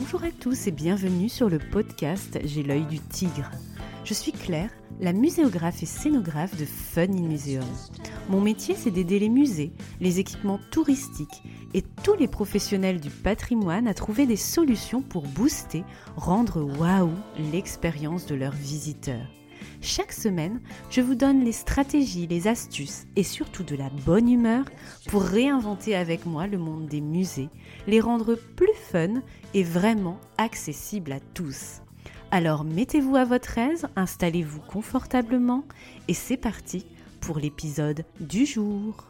Bonjour à tous et bienvenue sur le podcast J'ai l'œil du tigre. Je suis Claire, la muséographe et scénographe de Fun in Museum. Mon métier, c'est d'aider les musées, les équipements touristiques et tous les professionnels du patrimoine à trouver des solutions pour booster, rendre waouh l'expérience de leurs visiteurs. Chaque semaine, je vous donne les stratégies, les astuces et surtout de la bonne humeur pour réinventer avec moi le monde des musées, les rendre plus fun et vraiment accessibles à tous. Alors mettez-vous à votre aise, installez-vous confortablement et c'est parti pour l'épisode du jour.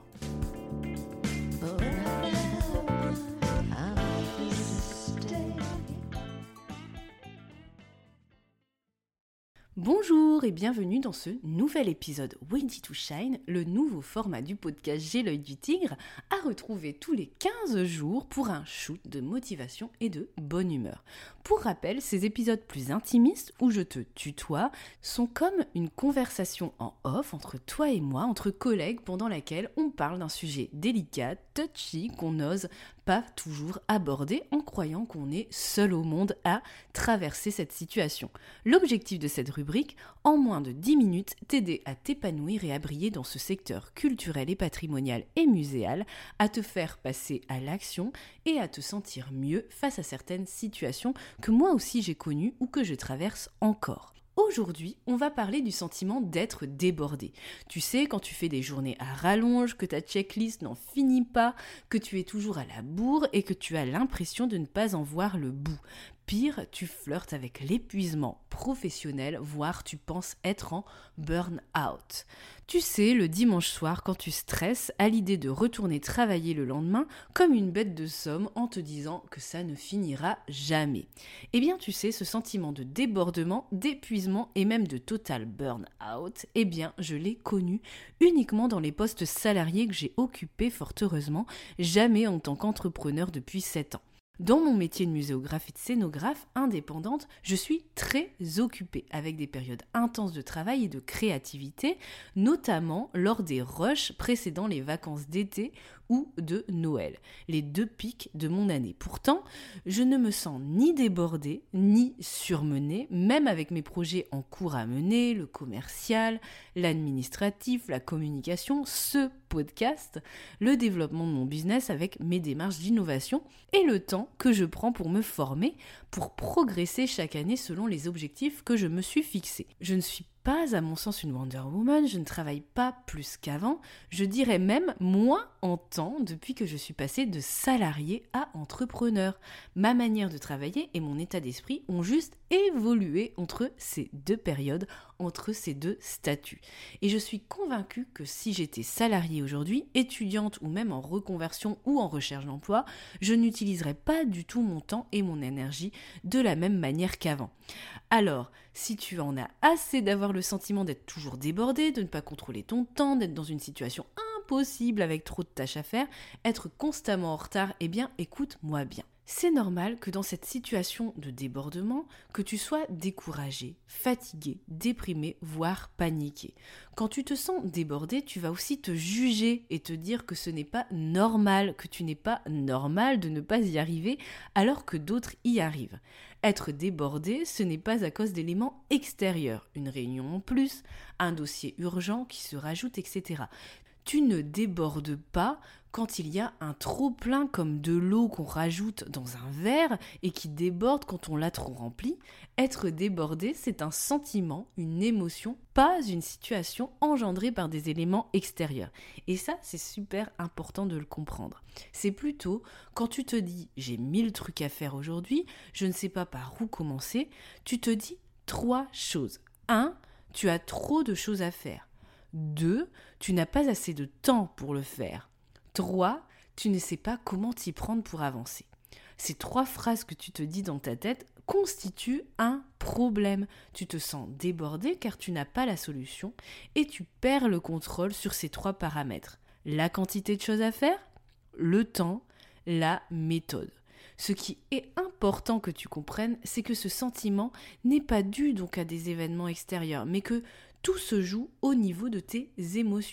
Bonjour et bienvenue dans ce nouvel épisode Ready to Shine, le nouveau format du podcast J'ai l'œil du tigre, à retrouver tous les 15 jours pour un shoot de motivation et de bonne humeur. Pour rappel, ces épisodes plus intimistes où je te tutoie sont comme une conversation en off entre toi et moi, entre collègues, pendant laquelle on parle d'un sujet délicat, touchy, qu'on n'ose pas toujours aborder en croyant qu'on est seul au monde à traverser cette situation. L'objectif de cette rubrique, en moins de 10 minutes, t'aider à t'épanouir et à briller dans ce secteur culturel et patrimonial et muséal, à te faire passer à l'action et à te sentir mieux face à certaines situations que moi aussi j'ai connues ou que je traverse encore. Aujourd'hui, on va parler du sentiment d'être débordé. Tu sais, quand tu fais des journées à rallonge, que ta checklist n'en finit pas, que tu es toujours à la bourre et que tu as l'impression de ne pas en voir le bout. Pire, tu flirtes avec l'épuisement professionnel, voire tu penses être en burn-out. Tu sais, le dimanche soir, quand tu stresses à l'idée de retourner travailler le lendemain comme une bête de somme en te disant que ça ne finira jamais. Eh bien, tu sais, ce sentiment de débordement, d'épuisement et même de total burn-out, eh bien, je l'ai connu uniquement dans les postes salariés que j'ai occupés fort heureusement, jamais en tant qu'entrepreneur depuis 7 ans. Dans mon métier de muséographe et de scénographe indépendante, je suis très occupée avec des périodes intenses de travail et de créativité, notamment lors des rushs précédant les vacances d'été ou de Noël, les deux pics de mon année. Pourtant, je ne me sens ni débordée, ni surmenée, même avec mes projets en cours à mener, le commercial, l'administratif, la communication, ce podcast, le développement de mon business avec mes démarches d'innovation et le temps que je prends pour me former, pour progresser chaque année selon les objectifs que je me suis fixés. Je ne suis pas à mon sens une Wonder Woman, je ne travaille pas plus qu'avant, je dirais même moins en temps depuis que je suis passée de salarié à entrepreneur. Ma manière de travailler et mon état d'esprit ont juste évolué entre ces deux périodes, entre ces deux statuts. Et je suis convaincue que si j'étais salariée aujourd'hui, étudiante ou même en reconversion ou en recherche d'emploi, je n'utiliserais pas du tout mon temps et mon énergie de la même manière qu'avant. Alors, si tu en as assez d'avoir le sentiment d'être toujours débordé, de ne pas contrôler ton temps, d'être dans une situation impossible avec trop de tâches à faire, être constamment en retard, eh bien écoute-moi bien. C'est normal que dans cette situation de débordement, que tu sois découragé, fatigué, déprimé, voire paniqué. Quand tu te sens débordé, tu vas aussi te juger et te dire que ce n'est pas normal, que tu n'es pas normal de ne pas y arriver alors que d'autres y arrivent. Être débordé, ce n'est pas à cause d'éléments extérieurs, une réunion en plus, un dossier urgent qui se rajoute, etc. Tu ne débordes pas quand il y a un trop-plein comme de l'eau qu'on rajoute dans un verre et qui déborde quand on l'a trop rempli. Être débordé, c'est un sentiment, une émotion, pas une situation engendrée par des éléments extérieurs. Et ça, c'est super important de le comprendre. C'est plutôt quand tu te dis « j'ai 1000 trucs à faire aujourd'hui, je ne sais pas par où commencer », tu te dis 3 choses. 1. Tu as trop de choses à faire. 2. Tu n'as pas assez de temps pour le faire. 3. Tu ne sais pas comment t'y prendre pour avancer. Ces 3 phrases que tu te dis dans ta tête constituent un problème. Tu te sens débordé car tu n'as pas la solution et tu perds le contrôle sur ces 3 paramètres. La quantité de choses à faire, le temps, la méthode. Ce qui est important que tu comprennes, c'est que ce sentiment n'est pas dû donc à des événements extérieurs, mais que tout se joue au niveau de tes émotions.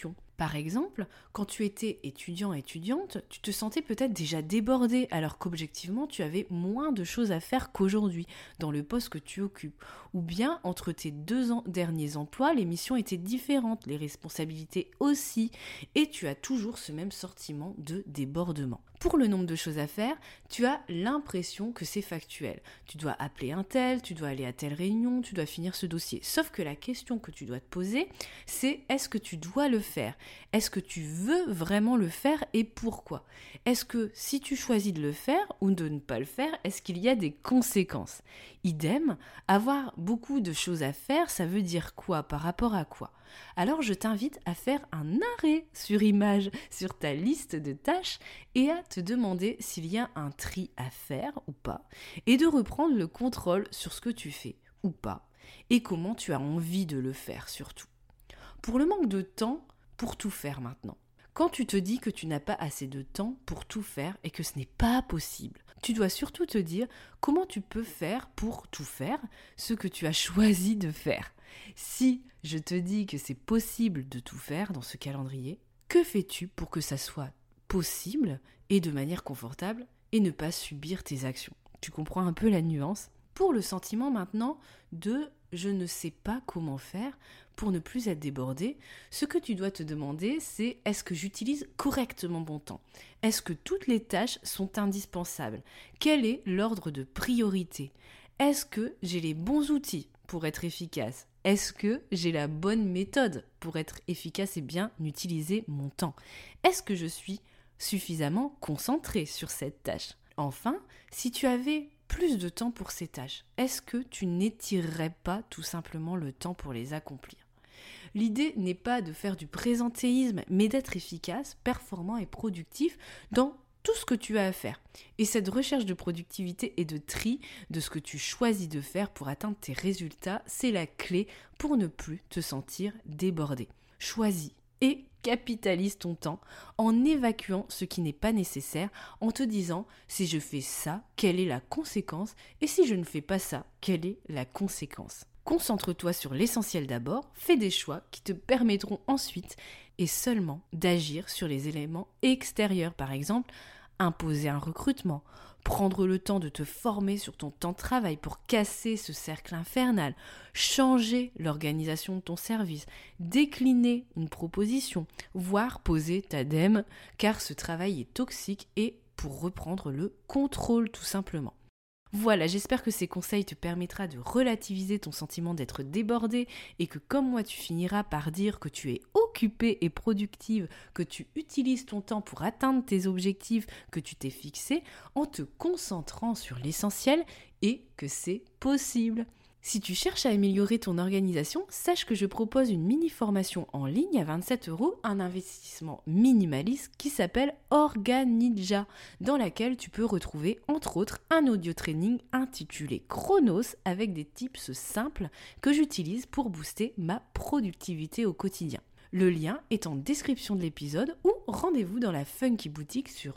Par exemple, quand tu étais étudiante, tu te sentais peut-être déjà débordé alors qu'objectivement tu avais moins de choses à faire qu'aujourd'hui dans le poste que tu occupes. Ou bien entre tes 2 derniers emplois, les missions étaient différentes, les responsabilités aussi, et tu as toujours ce même sentiment de débordement. Pour le nombre de choses à faire, tu as l'impression que c'est factuel. Tu dois appeler un tel, tu dois aller à telle réunion, tu dois finir ce dossier. Sauf que la question que tu dois te poser, c'est est-ce que tu dois le faire ? Est-ce que tu veux vraiment le faire et pourquoi ? Est-ce que si tu choisis de le faire ou de ne pas le faire, est-ce qu'il y a des conséquences ? Idem, avoir beaucoup de choses à faire, ça veut dire quoi par rapport à quoi ? Alors je t'invite à faire un arrêt sur image sur ta liste de tâches et à te demander s'il y a un tri à faire ou pas et de reprendre le contrôle sur ce que tu fais ou pas et comment tu as envie de le faire surtout. Pour le manque de temps pour tout faire maintenant. Quand tu te dis que tu n'as pas assez de temps pour tout faire et que ce n'est pas possible, tu dois surtout te dire comment tu peux faire pour tout faire ce que tu as choisi de faire. Si je te dis que c'est possible de tout faire dans ce calendrier, que fais-tu pour que ça soit possible et de manière confortable et ne pas subir tes actions ? Tu comprends un peu la nuance ? Pour le sentiment maintenant de « je ne sais pas comment faire » pour ne plus être débordé, ce que tu dois te demander, c'est est-ce que j'utilise correctement mon temps ? Est-ce que toutes les tâches sont indispensables ? Quel est l'ordre de priorité ? Est-ce que j'ai les bons outils pour être efficace ? Est-ce que j'ai la bonne méthode pour être efficace et bien utiliser mon temps ? Est-ce que je suis suffisamment concentrée sur cette tâche ? Enfin, si tu avais plus de temps pour ces tâches, est-ce que tu n'étirerais pas tout simplement le temps pour les accomplir ? L'idée n'est pas de faire du présentéisme, mais d'être efficace, performant et productif dans tout ce que tu as à faire. Et cette recherche de productivité et de tri de ce que tu choisis de faire pour atteindre tes résultats, c'est la clé pour ne plus te sentir débordé. Choisis et capitalise ton temps en évacuant ce qui n'est pas nécessaire, en te disant si je fais ça, quelle est la conséquence et si je ne fais pas ça, quelle est la conséquence. Concentre-toi sur l'essentiel d'abord, fais des choix qui te permettront ensuite et seulement d'agir sur les éléments extérieurs, par exemple imposer un recrutement, prendre le temps de te former sur ton temps de travail pour casser ce cercle infernal, changer l'organisation de ton service, décliner une proposition, voire poser ta dème, car ce travail est toxique et pour reprendre le contrôle tout simplement. Voilà, j'espère que ces conseils te permettront de relativiser ton sentiment d'être débordé et que comme moi tu finiras par dire que tu es occupée et productive, que tu utilises ton temps pour atteindre tes objectifs que tu t'es fixés en te concentrant sur l'essentiel et que c'est possible. Si tu cherches à améliorer ton organisation, sache que je propose une mini-formation en ligne à 27 €, un investissement minimaliste qui s'appelle Organidja, dans laquelle tu peux retrouver entre autres un audio training intitulé Chronos avec des tips simples que j'utilise pour booster ma productivité au quotidien. Le lien est en description de l'épisode ou rendez-vous dans la Funky Boutique sur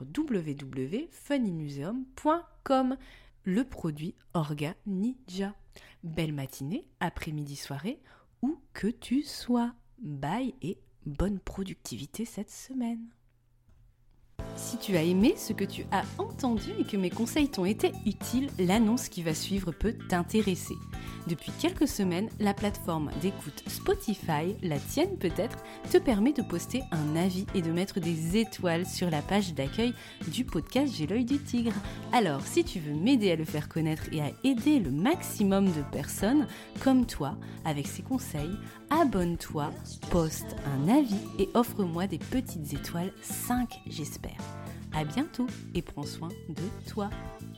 www.funnymuseum.com. Le produit Organidja. Belle matinée, après-midi, soirée, où que tu sois. Bye et bonne productivité cette semaine. Si tu as aimé ce que tu as entendu et que mes conseils t'ont été utiles, l'annonce qui va suivre peut t'intéresser. Depuis quelques semaines, la plateforme d'écoute Spotify, la tienne peut-être, te permet de poster un avis et de mettre des étoiles sur la page d'accueil du podcast J'ai l'œil du tigre. Alors, si tu veux m'aider à le faire connaître et à aider le maximum de personnes comme toi avec ces conseils, abonne-toi, poste un avis et offre-moi des petites étoiles, 5 j'espère. À bientôt et prends soin de toi.